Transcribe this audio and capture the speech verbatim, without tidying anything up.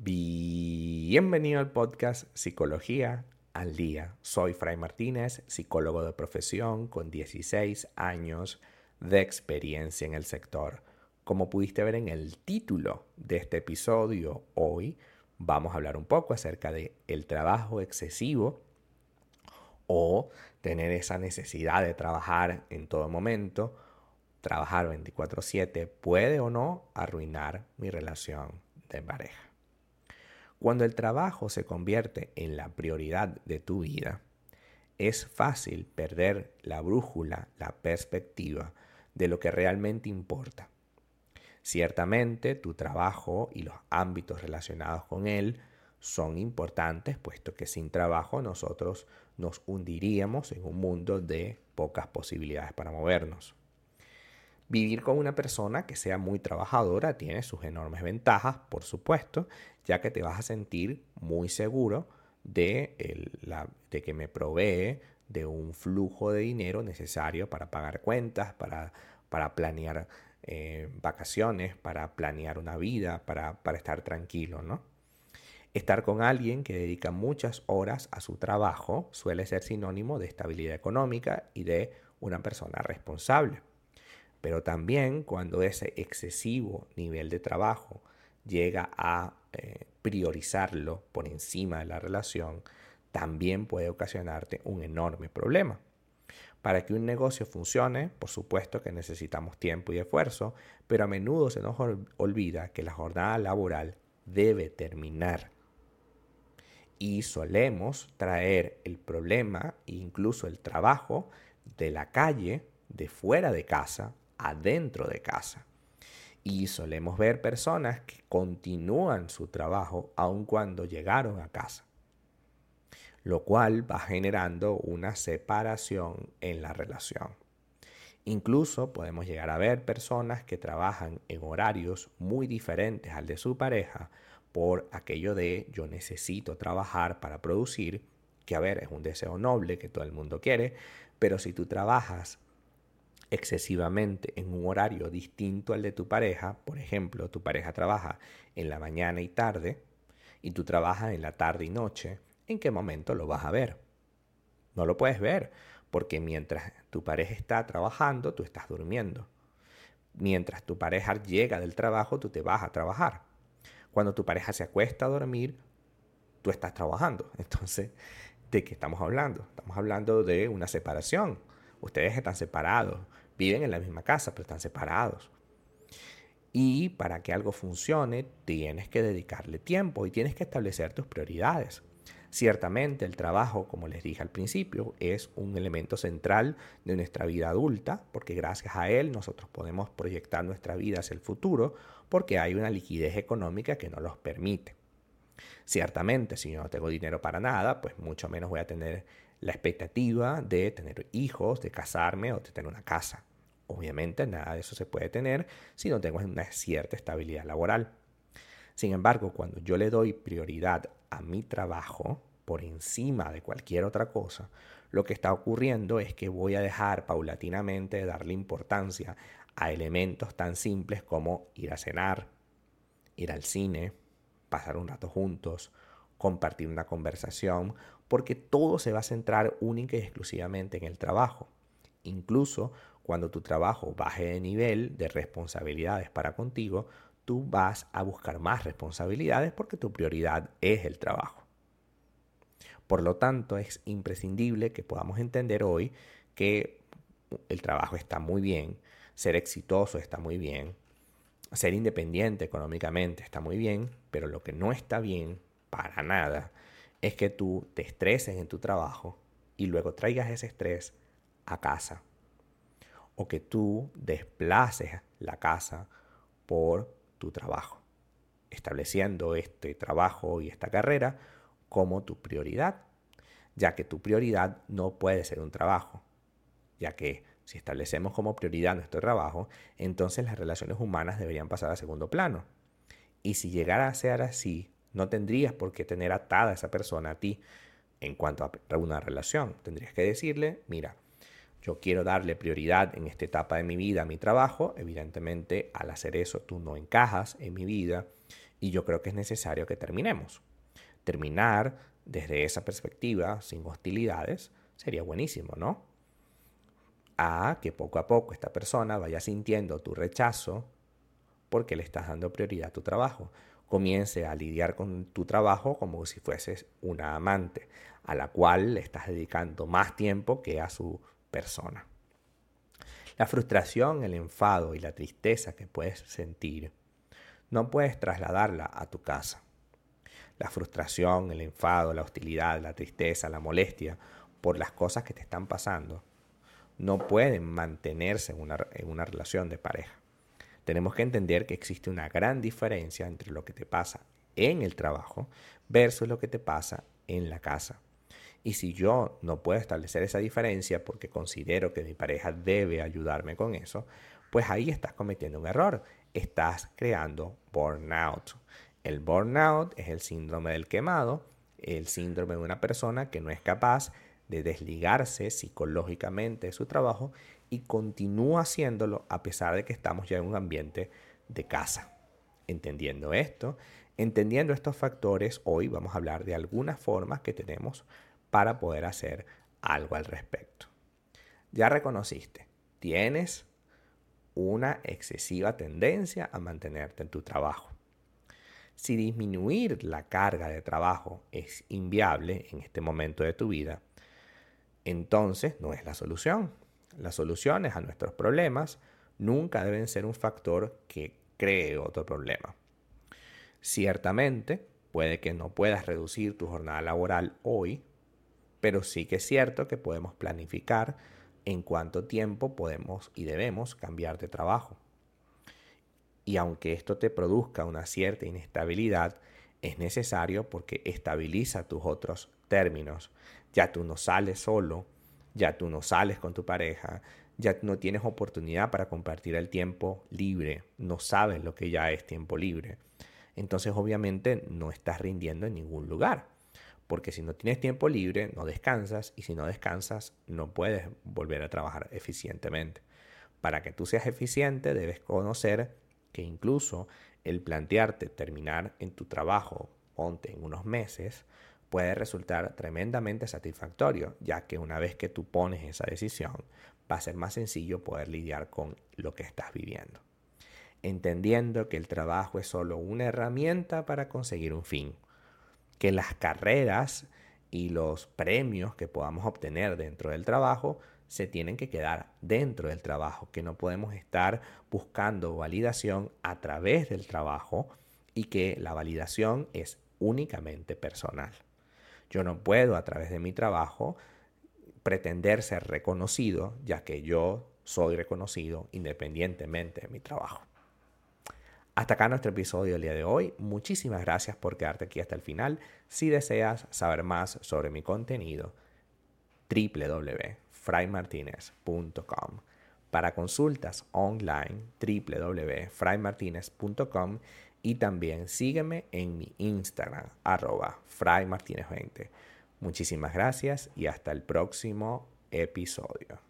Bienvenido al podcast Psicología al Día. Soy Fray Martínez, psicólogo de profesión con dieciséis años de experiencia en el sector. Como pudiste ver en el título de este episodio, hoy vamos a hablar un poco acerca de el trabajo excesivo o tener esa necesidad de trabajar en todo momento. Trabajar veinticuatro siete puede o no arruinar mi relación de pareja. Cuando el trabajo se convierte en la prioridad de tu vida, es fácil perder la brújula, la perspectiva de lo que realmente importa. Ciertamente, tu trabajo y los ámbitos relacionados con él son importantes, puesto que sin trabajo nosotros nos hundiríamos en un mundo de pocas posibilidades para movernos. Vivir con una persona que sea muy trabajadora tiene sus enormes ventajas, por supuesto, ya que te vas a sentir muy seguro de, el, la, de que me provee de un flujo de dinero necesario para pagar cuentas, para, para planear eh, vacaciones, para planear una vida, para, para estar tranquilo, ¿no? Estar con alguien que dedica muchas horas a su trabajo suele ser sinónimo de estabilidad económica y de una persona responsable. Pero también cuando ese excesivo nivel de trabajo llega a eh, priorizarlo por encima de la relación, también puede ocasionarte un enorme problema. Para que un negocio funcione, por supuesto que necesitamos tiempo y esfuerzo, pero a menudo se nos olvida que la jornada laboral debe terminar. Y solemos traer el problema e incluso el trabajo de la calle, de fuera de casa, adentro de casa. Y solemos ver personas que continúan su trabajo aun cuando llegaron a casa, lo cual va generando una separación en la relación. Incluso podemos llegar a ver personas que trabajan en horarios muy diferentes al de su pareja por aquello de yo necesito trabajar para producir, que a ver, es un deseo noble que todo el mundo quiere, pero si tú trabajas excesivamente en un horario distinto al de tu pareja, por ejemplo, tu pareja trabaja en la mañana y tarde y tú trabajas en la tarde y noche, ¿en qué momento lo vas a ver? No lo puedes ver, porque mientras tu pareja está trabajando, tú estás durmiendo. Mientras tu pareja llega del trabajo, tú te vas a trabajar. Cuando tu pareja se acuesta a dormir, tú estás trabajando. Entonces, ¿de qué estamos hablando? Estamos hablando de una separación. Ustedes están separados, viven en la misma casa, pero están separados. Y para que algo funcione, tienes que dedicarle tiempo y tienes que establecer tus prioridades. Ciertamente el trabajo, como les dije al principio, es un elemento central de nuestra vida adulta, porque gracias a él nosotros podemos proyectar nuestra vida hacia el futuro, porque hay una liquidez económica que nos los permite. Ciertamente, si yo no tengo dinero para nada, pues mucho menos voy a tener la expectativa de tener hijos, de casarme o de tener una casa. Obviamente nada de eso se puede tener si no tengo una cierta estabilidad laboral. Sin embargo, cuando yo le doy prioridad a mi trabajo por encima de cualquier otra cosa, lo que está ocurriendo es que voy a dejar paulatinamente de darle importancia a elementos tan simples como ir a cenar, ir al cine, pasar un rato juntos, compartir una conversación, porque todo se va a centrar única y exclusivamente en el trabajo. Incluso cuando tu trabajo baje de nivel de responsabilidades para contigo, tú vas a buscar más responsabilidades porque tu prioridad es el trabajo. Por lo tanto, es imprescindible que podamos entender hoy que el trabajo está muy bien, ser exitoso está muy bien, ser independiente económicamente está muy bien, pero lo que no está bien para nada es que tú te estreses en tu trabajo y luego traigas ese estrés a casa, o que tú desplaces la casa por tu trabajo, estableciendo este trabajo y esta carrera como tu prioridad, ya que tu prioridad no puede ser un trabajo, ya que si establecemos como prioridad nuestro trabajo, entonces las relaciones humanas deberían pasar a segundo plano. Y si llegara a ser así, no tendrías por qué tener atada a esa persona a ti en cuanto a una relación. Tendrías que decirle, mira, yo quiero darle prioridad en esta etapa de mi vida a mi trabajo. Evidentemente, al hacer eso, tú no encajas en mi vida Y yo creo que es necesario que terminemos. Terminar desde esa perspectiva, sin hostilidades, sería buenísimo, ¿no? A que poco a poco esta persona vaya sintiendo tu rechazo porque le estás dando prioridad a tu trabajo. Comience a lidiar con tu trabajo como si fueses una amante, a la cual le estás dedicando más tiempo que a su persona. La frustración, el enfado y la tristeza que puedes sentir, no puedes trasladarla a tu casa. La frustración, el enfado, la hostilidad, la tristeza, la molestia por las cosas que te están pasando, no pueden mantenerse en una, en una relación de pareja. Tenemos que entender que existe una gran diferencia entre lo que te pasa en el trabajo versus lo que te pasa en la casa. Y si yo no puedo establecer esa diferencia porque considero que mi pareja debe ayudarme con eso, pues ahí estás cometiendo un error. Estás creando burnout. El burnout es el síndrome del quemado, el síndrome de una persona que no es capaz de desligarse psicológicamente de su trabajo y continúa haciéndolo a pesar de que estamos ya en un ambiente de casa. Entendiendo esto, entendiendo estos factores, hoy vamos a hablar de algunas formas que tenemos para poder hacer algo al respecto. Ya reconociste, tienes una excesiva tendencia a mantenerte en tu trabajo. Si disminuir la carga de trabajo es inviable en este momento de tu vida, entonces no es la solución. Las soluciones a nuestros problemas nunca deben ser un factor que cree otro problema. Ciertamente, puede que no puedas reducir tu jornada laboral hoy, pero sí que es cierto que podemos planificar en cuánto tiempo podemos y debemos cambiar de trabajo. Y aunque esto te produzca una cierta inestabilidad, es necesario porque estabiliza tus otros términos. Ya tú no sales solo, ya tú no sales con tu pareja, ya no tienes oportunidad para compartir el tiempo libre, no sabes lo que ya es tiempo libre. Entonces obviamente no estás rindiendo en ningún lugar, porque si no tienes tiempo libre no descansas y si no descansas no puedes volver a trabajar eficientemente. Para que tú seas eficiente debes conocer que incluso el plantearte terminar en tu trabajo, ponte en unos meses, puede resultar tremendamente satisfactorio, ya que una vez que tú pones esa decisión, va a ser más sencillo poder lidiar con lo que estás viviendo. Entendiendo que el trabajo es solo una herramienta para conseguir un fin, que las carreras y los premios que podamos obtener dentro del trabajo se tienen que quedar dentro del trabajo, que no podemos estar buscando validación a través del trabajo y que la validación es únicamente personal. Yo no puedo a través de mi trabajo pretender ser reconocido, ya que yo soy reconocido independientemente de mi trabajo. Hasta acá nuestro episodio del día de hoy. Muchísimas gracias por quedarte aquí hasta el final. Si deseas saber más sobre mi contenido, doble u doble u doble u punto fray martinez punto com. Para consultas online, doble u doble u doble u punto fray martinez punto com y también sígueme en mi Instagram, arroba fraymartinez veinte. Muchísimas gracias y hasta el próximo episodio.